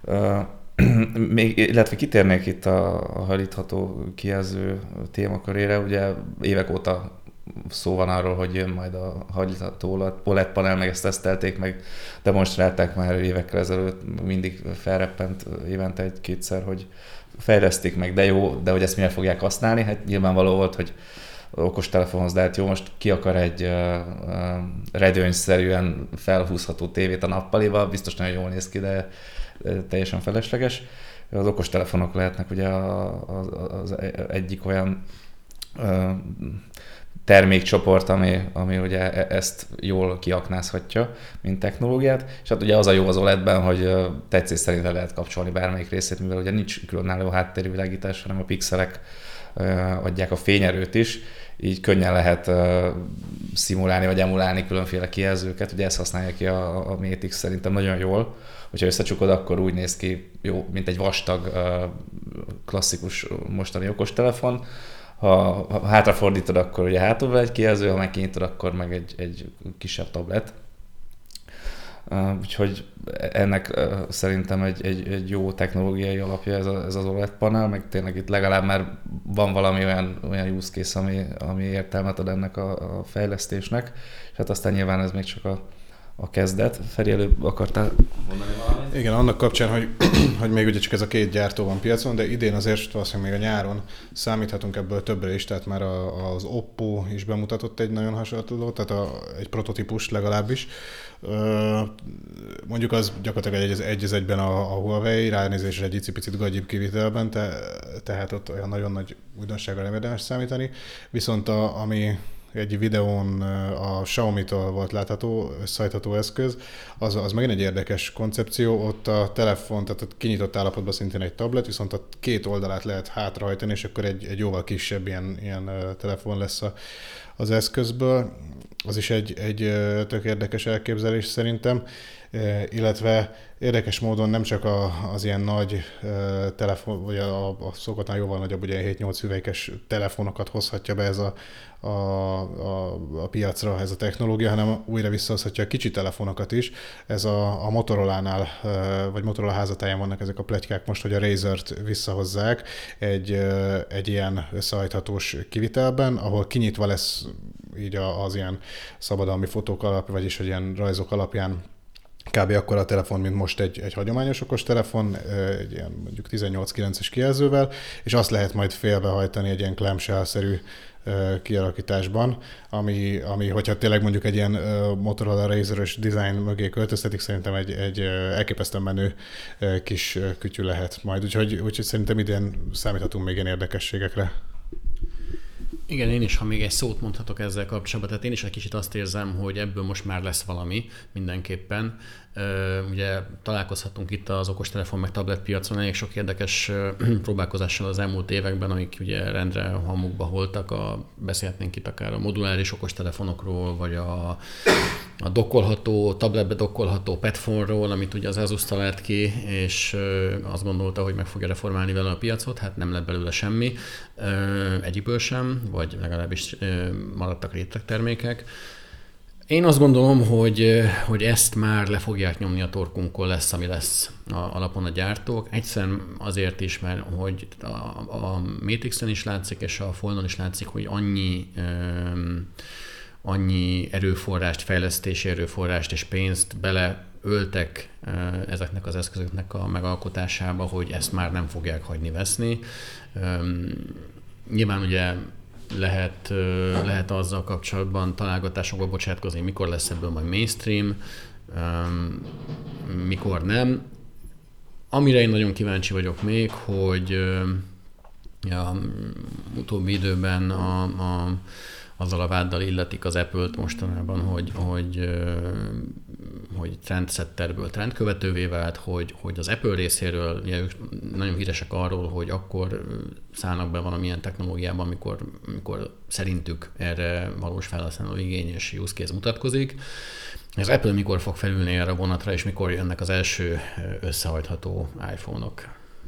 Még, illetve kitérnék itt a, a hajlítható kijelző témakörére. Ugye évek óta szó van arról, hogy jön majd a hajlítható o led panel, meg ezt tesztelték, meg demonstrálták már évekkel ezelőtt, mindig felreppent évente egy-kétszer, hogy fejlesztik meg, de jó, de hogy ezt milyen fogják használni, hát nyilvánvaló volt, hogy okostelefonhoz, de hát jó, most ki akar egy uh, uh, redőnyszerűen felhúzható tévét a nappalival, biztos nagyon jól néz ki, de uh, teljesen felesleges. Az okostelefonok lehetnek ugye az, az egyik olyan uh, termékcsoport, ami, ami ugye ezt jól kiaknázhatja, mint technológiát, és hát ugye az a jó az o ledben, hogy tetszés szerint le lehet kapcsolni bármelyik részét, mivel ugye nincs különálló háttérű világítás, hanem a pixelek adják a fényerőt is, így könnyen lehet szimulálni vagy emulálni különféle kijelzőket, ugye ezt használja ki a, a Matix szerintem nagyon jól, hogyha összecsukod, akkor úgy néz ki, jó, mint egy vastag, klasszikus mostani okostelefon. Ha hátrafordítod, akkor ugye hátul egy kijelző, ha megkinyitod, akkor meg egy, egy kisebb tablet. Úgyhogy ennek szerintem egy, egy, egy jó technológiai alapja ez, a, ez az o led panel, meg tényleg itt legalább már van valami olyan, olyan use case, ami, ami értelmet ad ennek a, a fejlesztésnek, és hát aztán nyilván ez még csak a, a kezdet. Feri, előbb akartál mondani valamit? Igen, annak kapcsán, hogy, hogy még ugye csak ez a két gyártó van piacon, de idén azért valószínűleg még a nyáron számíthatunk ebből többre is, tehát már a, az Oppo is bemutatott egy nagyon hasonló, tehát a, egy prototípus legalábbis. Mondjuk az gyakorlatilag egy, egy az egyben a, a Huawei, ránézésre egy icipicit gagyibb kivitelben, te, tehát ott olyan nagyon nagy újdonságra nem érdemes számítani. Viszont a, ami egy videón a Xiaomi-tól volt látható, összehajtható eszköz, az, az megint egy érdekes koncepció, ott a telefon, tehát ott kinyitott állapotban szintén egy tablet, viszont a két oldalát lehet hátrahajtani, és akkor egy, egy jóval kisebb ilyen, ilyen telefon lesz a, az eszközből. Az is egy, egy tök érdekes elképzelés szerintem, illetve érdekes módon nem csak a, az ilyen nagy telefon, vagy a, a szokatnál jóval nagyobb, ugye hét-nyolc hüvelykes telefonokat hozhatja be ez a, a, a, a piacra ez a technológia, hanem újra visszahozhatja a kicsi telefonokat is. Ez a, a Motorola-nál, vagy Motorola házatáján vannak ezek a pletykák most, hogy a Razert visszahozzák egy, egy ilyen összehajthatós kivitelben, ahol kinyitva lesz így az ilyen szabadalmi fotók alapján, vagyis hogy ilyen rajzok alapján kb. Akkora a telefon, mint most egy, egy hagyományos okos telefon, egy ilyen mondjuk tizennyolc kilences kijelzővel, és azt lehet majd félbehajtani egy ilyen clamshell-szerű kialakításban, ami, ami, hogyha tényleg mondjuk egy ilyen Motorola Razr-ös design mögé költöztetik, szerintem egy, egy elképesztően menő kis kütyű lehet majd. Úgyhogy, úgyhogy szerintem idén számíthatunk még ilyen érdekességekre. Igen, én is, ha még egy szót mondhatok ezzel kapcsolatban, tehát én is egy kicsit azt érzem, hogy ebből most már lesz valami mindenképpen. Ugye találkozhatunk itt az okostelefon meg tablet piacon elég sok érdekes próbálkozással az elmúlt években, amik ugye rendre hamukba voltak. A, beszélhetnénk itt akár a moduláris okostelefonokról, vagy a, a dokkolható, tabletbe dokkolható Petphone-ról, amit ugye az Asus talált ki, és azt gondolta, hogy meg fogja reformálni vele a piacot, hát nem lett belőle semmi, egyikből sem, vagy legalábbis maradtak rétegtermékek. Én azt gondolom, hogy, hogy ezt már le fogják nyomni a torkunkon, lesz, ami lesz a, alapon a gyártók. Egyszerűen azért is, mert hogy a, a Matrixen is látszik, és a Foldon is látszik, hogy annyi, um, annyi erőforrást, fejlesztési erőforrást és pénzt beleöltek uh, ezeknek az eszközöknek a megalkotásába, hogy ezt már nem fogják hagyni veszni. Um, nyilván ugye Lehet, lehet azzal kapcsolatban találgatásokba bocsátkozni, mikor lesz ebből majd mainstream, mikor nem. Amire én nagyon kíváncsi vagyok még, hogy ja, utóbbi időben a, a, azzal a váddal illetik az Apple-t mostanában, hogy, hogy, hogy trendsetterből trendkövetővé vált, hogy, hogy az Apple részéről, ugye ők nagyon híresek arról, hogy akkor szállnak be valamilyen technológiában, amikor, amikor szerintük erre valós felhasználó igény és use case mutatkozik. Az Apple mikor fog felülni erre a vonatra, és mikor jönnek az első összehajtható iPhone-ok?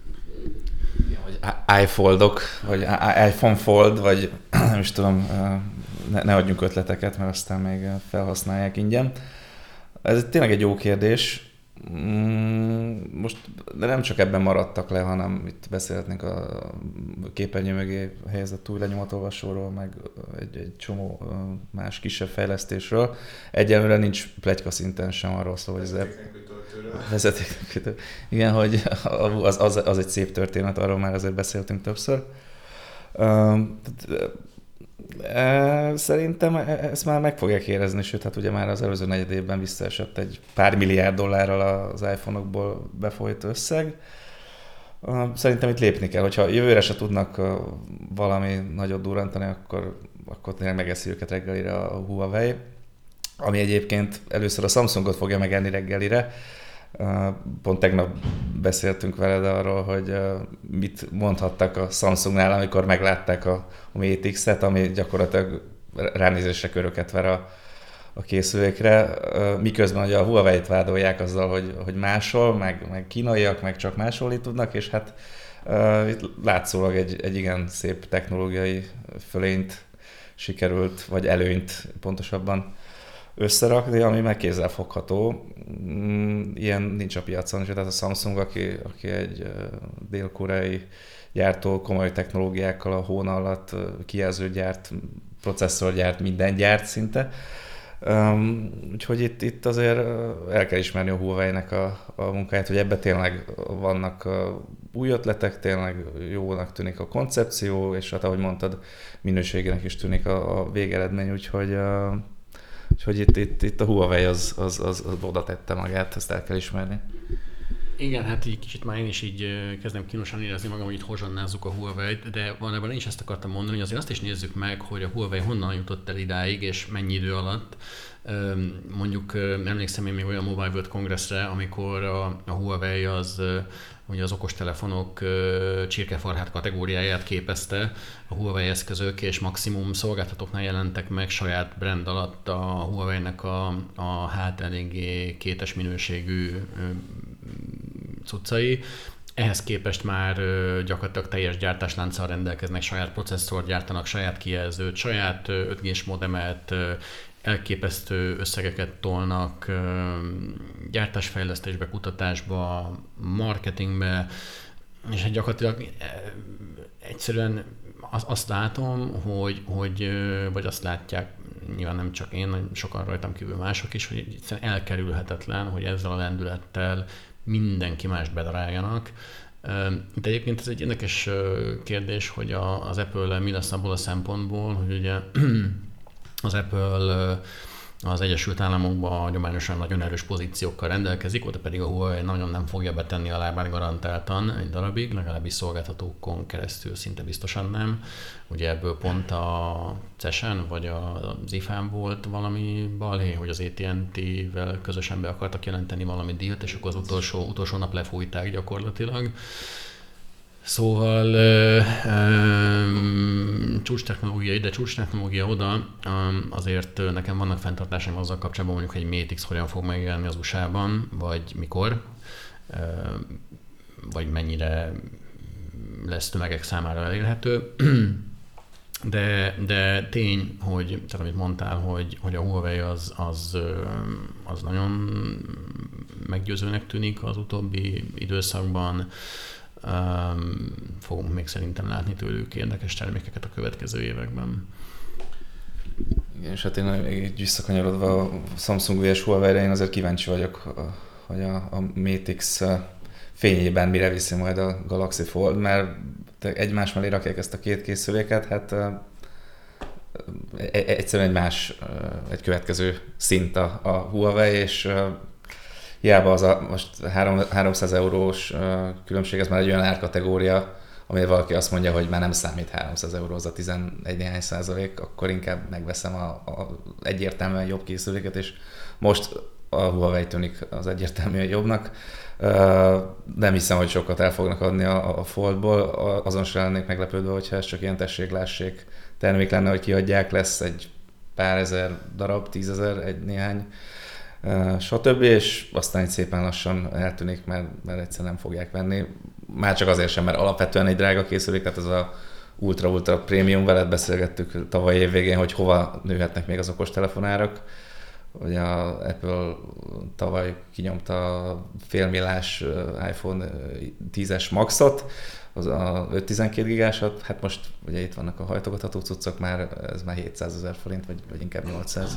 iFoldok, vagy iPhone Fold, vagy nem is tudom, ne, ne adjunk ötleteket, mert aztán még felhasználják ingyen. Ez tényleg egy jó kérdés. Most de nem csak ebben maradtak le, hanem itt beszélhetnénk a képernyő mögé helyezett új lenyomatolvasóról, meg egy, egy csomó más kisebb fejlesztésről. Egyelőre nincs pletyka szinten sem arról szó, hogy ez vezetéknökítő. Igen, hogy az, az, az egy szép történet, arról már azért beszéltünk többször. Szerintem ezt már meg fogják érezni, sőt, hát ugye már az előző negyed évben visszaesett egy pár milliárd dollárral az iPhone-okból befolyt összeg. Szerintem itt lépni kell, hogyha jövőre se tudnak valami nagyot durrantani, akkor, akkor tényleg megeszi őket reggelire a Huawei, ami egyébként először a Samsungot fogja megenni reggelire. Pont tegnap beszéltünk veled arról, hogy mit mondhattak a Samsungnál, amikor meglátták a Mate X-et, ami gyakorlatilag ránézésre köröket ver a, a készülékre, miközben ugye a Huawei-t vádolják azzal, hogy, hogy máshol, meg, meg kínaiak, meg csak másolni tudnak, és hát uh, itt látszólag egy, egy igen szép technológiai fölényt sikerült, vagy előnyt pontosabban összerakni, ami meg kézzelfogható. Ilyen nincs a piacon, és tehát a Samsung, aki, aki egy dél-koreai gyártó, komoly technológiákkal a hón alatt kijelzőt gyárt, processzort gyárt, minden gyárt szinte. Um, úgyhogy itt, itt azért el kell ismerni a Huawei-nek a, a munkáját, hogy ebbe tényleg vannak új ötletek, tényleg jónak tűnik a koncepció, és hát ahogy mondtad, minőségének is tűnik a, a végeredmény, úgyhogy, uh, úgyhogy itt, itt, itt a Huawei az, az, az, az oda tette magát, ezt el kell ismerni. Igen, hát így kicsit már én is így kezdem kínosan érezni magam, hogy itt hozsonnázzuk a Huawei-t, de valójában én is ezt akartam mondani, hogy azért azt is nézzük meg, hogy a Huawei honnan jutott el idáig, és mennyi idő alatt. Mondjuk emlékszem én még olyan Mobile World Congressre, amikor a, a Huawei az ugye az okostelefonok csirkefarhát kategóriáját képezte, a Huawei eszközök és maximum szolgáltatóknál jelentek meg saját brand alatt a Huawei-nek a, a hát eléggé kétes minőségű cuccai. Ehhez képest már gyakorlatilag teljes gyártáslánccal rendelkeznek, saját processzort gyártanak, saját kijelzőt, saját öt G-s modemet, elképesztő összegeket tolnak gyártásfejlesztésbe, kutatásba, marketingbe, és hát gyakorlatilag egyszerűen azt látom, hogy, hogy vagy azt látják, nyilván nem csak én, sokan rajtam kívül mások is, hogy egyszerűen elkerülhetetlen, hogy ezzel a lendülettel mindenki mást bedaráljanak. De egyébként ez egy érdekes kérdés, hogy az Apple mi lesz abból a szempontból, hogy ugye az Apple az Egyesült Államokban hagyományosan nagyon erős pozíciókkal rendelkezik, oda pedig a Huawei nagyon nem fogja betenni a lábát garantáltan egy darabig, legalábbis szolgáltatókon keresztül szinte biztosan nem. Ugye ebből pont a cesen vagy az ifán volt valami balhé, hogy az á té és té-vel közösen be akartak jelenteni valami díjat, és akkor az utolsó, utolsó nap lefújták gyakorlatilag. Szóval uh, um, csúcs technológia ide, csúcs technológia oda, um, azért nekem vannak fenntartásaim azzal kapcsolatban, mondjuk, hogy Mate X hogyan fog megjelenni az u es á-ban, vagy mikor, uh, vagy mennyire lesz tömegek számára elérhető. De, de tény, hogy, tehát amit mondtál, hogy, hogy a Huawei az, az, az nagyon meggyőzőnek tűnik az utóbbi időszakban. Um, fogunk még szerintem látni tőlük érdekes termékeket a következő években. Igen, és hát én még visszakanyarodva a Samsung versus Huawei-re, én azért kíváncsi vagyok, hogy a, a Mate X fényében mire viszi majd a Galaxy Fold, mert egymás mellé rakják ezt a két készüléket, hát egyszerűen egy más, egy következő szint a, a Huawei, és hiába az a most háromszáz eurós különbség, ez már egy olyan árkategória, amire valaki azt mondja, hogy már nem számít háromszáz euró, az a tizenegy néhány százalék, akkor inkább megveszem a, a egyértelműen jobb készüléket, és most a Huawei tűnik az egyértelműen jobbnak. Nem hiszem, hogy sokat el fognak adni a, a Foldból, azon sem lennék meglepődve, hogyha ez csak ilyen tessék-lássék termék lenne, hogy kiadják, lesz egy pár ezer darab, tízezer, egy néhány, stb. És aztán egy szépen lassan eltűnik, mert, mert egyszer nem fogják venni. Már csak azért sem, mert alapvetően egy drága készülék, tehát ez a ultra-ultra prémium, veled beszélgettük tavaly év végén, hogy hova nőhetnek még az okostelefonárak. Ugye az Apple tavaly kinyomta a félmillás iPhone tízes Maxot, az a ötszáztizenkét gigásat, hát most ugye itt vannak a hajtogatható cuccok, már ez már hétszázezer forint, vagy, vagy inkább nyolcszáz.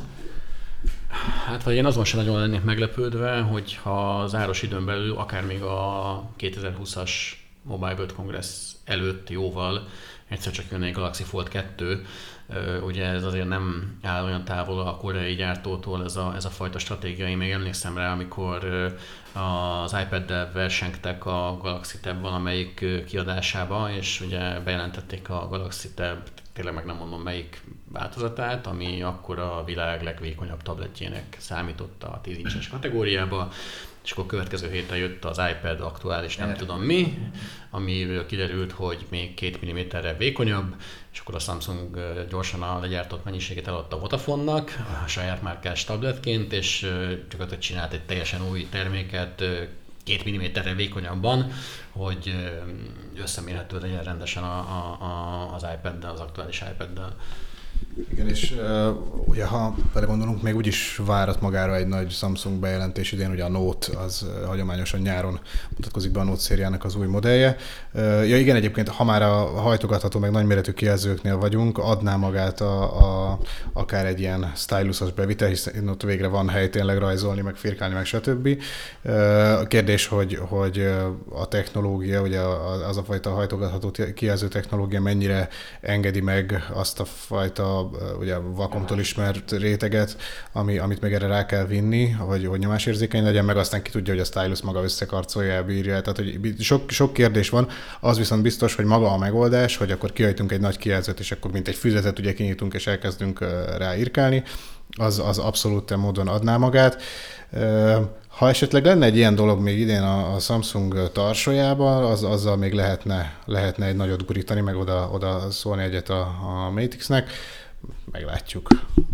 Hát vagy én azon sem nagyon lennék meglepődve, hogyha az áros időn belül, akár még a kétezer-húszas Mobile World Congress előtt jóval egyszer csak jönne egy Galaxy Fold kettő, ugye ez azért nem áll olyan távol a koreai gyártótól ez a, ez a fajta stratégia. Én még emlékszem rá, amikor az iPad-del versengtek a Galaxy Tab valamelyik kiadásába, és ugye bejelentették a Galaxy Tab, tényleg meg nem mondom melyik változatát, ami akkor a világ legvékonyabb tabletjének számított a tíz incses kategóriába, és akkor a következő héten jött az iPad aktuális nem tudom mi, amiből kiderült, hogy még két milliméterrel vékonyabb, és akkor a Samsung gyorsan a legyártott mennyiséget eladta a Vodafone-nak a saját márkás tabletként, és gyakorlatilag csinált egy teljesen új terméket két milliméterrel vékonyabban, hogy összemérhető legyen rendesen a, a, a, az iPad-del, az aktuális iPad-del. Igen, és uh, ugye ha belegondolunk, még úgyis várat magára egy nagy Samsung bejelentés idén, ugye a Note az uh, hagyományosan nyáron mutatkozik be a Note szériának az új modellje. Uh, ja igen, egyébként ha már a hajtogatható meg nagyméretű kijelzőknél vagyunk, adná magát a, a, akár egy ilyen stylusos bevitel, hiszen ott végre van hely tényleg rajzolni, meg firkálni, meg stb. Uh, a kérdés, hogy, hogy a technológia, ugye az a fajta hajtogatható kijelző technológia mennyire engedi meg azt a fajta ugye vakomtól ismert réteget, ami, amit meg erre rá kell vinni, hogy, hogy nyomásérzékeny legyen, meg aztán ki tudja, hogy a stylus maga összekarcolja, elbírja. Tehát, hogy sok, sok kérdés van. Az viszont biztos, hogy maga a megoldás, hogy akkor kihajtunk egy nagy kijelzőt, és akkor mint egy füzetet ugye kinyitunk, és elkezdünk rá írkálni, az, az abszolút módon adná magát. Ha esetleg lenne egy ilyen dolog még idén a, a Samsung tarsójában, az, azzal még lehetne, lehetne egy nagyot gurítani, meg oda, oda szólni egyet a, a Matixnek. Meglátjuk.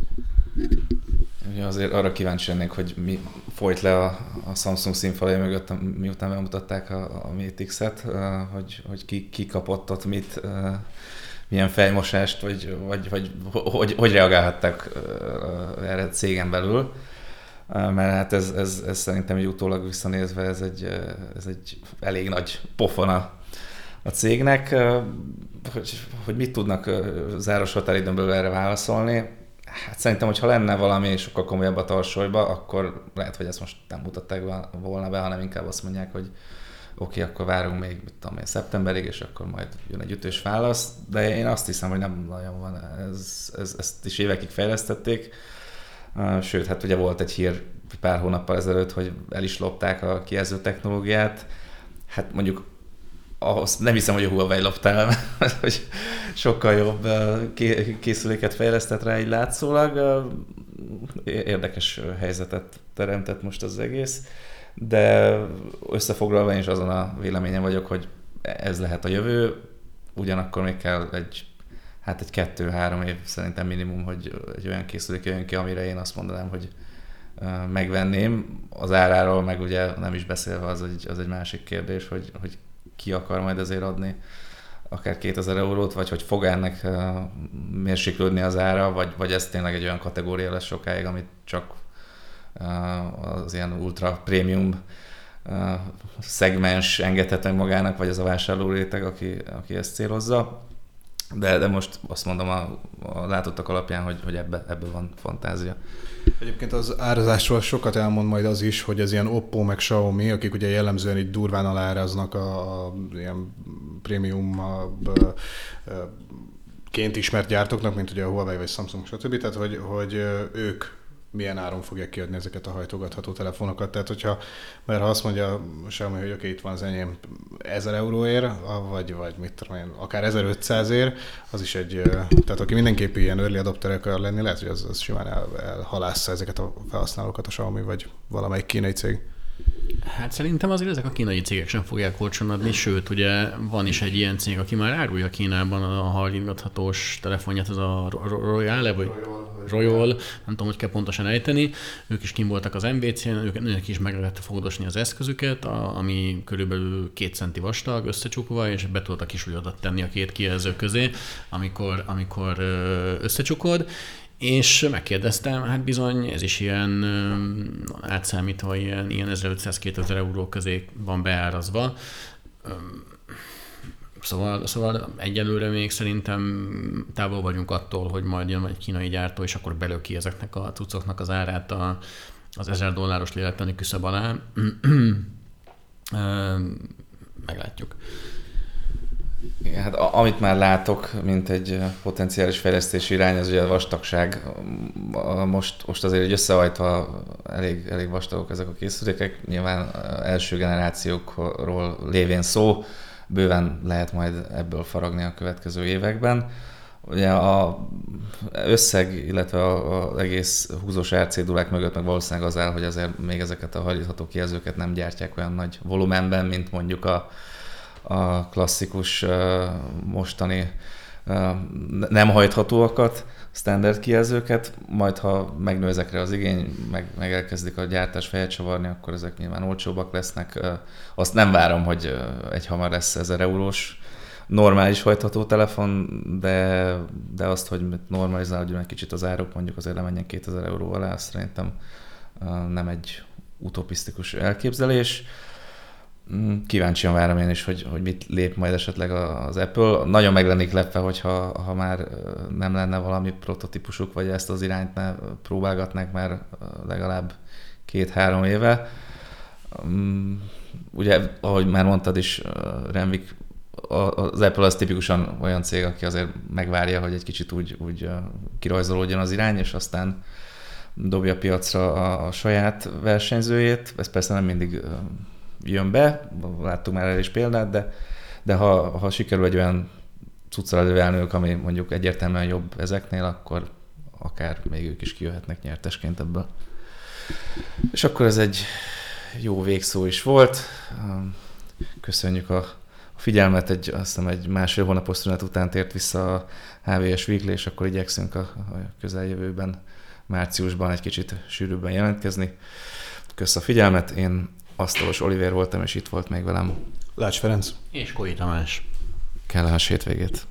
Ugye azért arra kíváncsi lennék, hogy mi folyt le a, a Samsung színfalai mögött, miután bemutatták a, a Matixet, hogy, hogy ki, ki kapott ott mit, milyen fejmosást, vagy, vagy, vagy hogy, hogy reagálhattak erre a cégen belül. Mert hát ez, ez, ez szerintem egy utólag visszanézve ez egy, ez egy elég nagy pofon a, a cégnek. Hogy, hogy mit tudnak záros határidőn belül erre válaszolni? Hát szerintem, hogyha lenne valami sokkal komolyabb a tarsolyba, akkor lehet, hogy ezt most nem mutatták volna be, hanem inkább azt mondják, hogy oké, okay, akkor várunk még, mit tudom én, szeptemberig, és akkor majd jön egy ütős válasz. De én azt hiszem, hogy nem nagyon van. Ez, ez, ezt is évekig fejlesztették. Sőt, hát ugye volt egy hír pár hónappal ezelőtt, hogy el is lopták a kijelző technológiát. Hát mondjuk ahhoz nem hiszem, hogy a Huawei lopta el, hogy sokkal jobb készüléket fejlesztett rá így látszólag. Érdekes helyzetet teremtett most az egész, de összefoglalva én is azon a véleményen vagyok, hogy ez lehet a jövő, ugyanakkor még kell egy hát egy kettő-három év szerintem minimum, hogy egy olyan készülék jön ki, amire én azt mondanám, hogy megvenném. Az áráról meg ugye nem is beszélve, az egy, az egy másik kérdés, hogy, hogy ki akar majd ezért adni akár kétezer eurót, vagy hogy fog ennek mérséklődni az ára, vagy, vagy ez tényleg egy olyan kategória lesz sokáig, amit csak az ilyen ultra prémium szegmens engedhet meg magának, vagy az a vásárló réteg, aki, aki ezt célozza. De, de most azt mondom a, a látottak alapján, hogy, hogy ebbe, ebből van fantázia. Egyébként az árazásról sokat elmond majd az is, hogy ez ilyen Oppo meg Xiaomi, akik ugye jellemzően így durván aláraznak a, a ilyen prémium ként ismert gyártóknak, mint ugye a Huawei vagy Samsung, stb. Tehát, hogy, hogy ők milyen áron fogják kiadni ezeket a hajtogatható telefonokat. Tehát, hogyha, mert ha azt mondja Xiaomi, hogy oké, okay, itt van az enyém ezer euróért, vagy, vagy mit tudom én, akár ezerötszázért, az is egy, tehát aki mindenképp ilyen early adopter akar lenni, lehet, hogy az, az simán el, elhalásza ezeket a felhasználókat a Xiaomi, vagy valamelyik kínai cég. Hát szerintem azért ezek a kínai cégek sem fogják olcsón adni, sőt, ugye van is egy ilyen cég, aki már árulja Kínában a hajlíthatós telefonját, az a Royale, vagy Royal, nem tudom, hogy kell pontosan ejteni. Ők is kim voltak az em vé cén, ők, ők is meg lehet fogdosni az eszközüket, a, ami körülbelül két centi vastag, összecsukva, és be tudod a kis ujjadat tenni a két kijelző közé, amikor, amikor összecsukod. És megkérdeztem, hát bizony ez is ilyen átszámítva ilyen, ilyen ezerötszáz-kétezer euró közé van beárazva. Szóval, szóval egyelőre még szerintem távol vagyunk attól, hogy majd jön egy kínai gyártó, és akkor belöki ezeknek a cuccoknak az árát a, az ezer dolláros lélektani küszöb alá. Meglátjuk. Igen, hát amit már látok, mint egy potenciális fejlesztési irány, az ugye a vastagság. Most, most azért egy összehajtva elég, elég vastagok ezek a készülékek. Nyilván első generációkról lévén szó, bőven lehet majd ebből faragni a következő években. Ugye a összeg, illetve az egész húzós árcédulák mögött meg valószínűleg az áll, hogy azért még ezeket a hajlítható kijelzőket nem gyártják olyan nagy volumenben, mint mondjuk a a klasszikus mostani nem hajthatóakat, standard kijelzőket, majd ha megnő ezekre az igény, meg, meg elkezdik a gyártás fejet csavarni, akkor ezek nyilván olcsóbbak lesznek. Azt nem várom, hogy egy hamar lesz ezer eurós normális hajtható telefon, de, de azt, hogy normalizálódjon egy kicsit az árok, mondjuk azért lemenjen kétezer euró alá, azt szerintem nem egy utopisztikus elképzelés. Kíváncsian várom én is, hogy, hogy mit lép majd esetleg az Apple. Nagyon meg lennék lepve, hogyha ha már nem lenne valami prototípusuk, vagy ezt az irányt ne próbálgatnák már legalább két-három éve. Ugye, ahogy már mondtad is, Renvik, az Apple az tipikusan olyan cég, aki azért megvárja, hogy egy kicsit úgy, úgy kirajzolódjon az irány, és aztán dobja piacra a, a saját versenyzőjét. Ez persze nem mindig jön be, láttuk már el is példát, de, de ha, ha sikerül egy olyan cuccal előállniuk, ami mondjuk egyértelműen jobb ezeknél, akkor akár még ők is kijöhetnek nyertesként ebből. És akkor ez egy jó végszó is volt. Köszönjük a figyelmet, egy, azt hiszem egy másfél hónapos szünet után tért vissza a há vé es Weekly, és akkor igyekszünk a, a közeljövőben, márciusban egy kicsit sűrűbben jelentkezni. Kösz a figyelmet, én Asztalos Olivér voltam, és itt volt még velem Lács Ferenc és Koi Tamás. Kellemes hétvégét.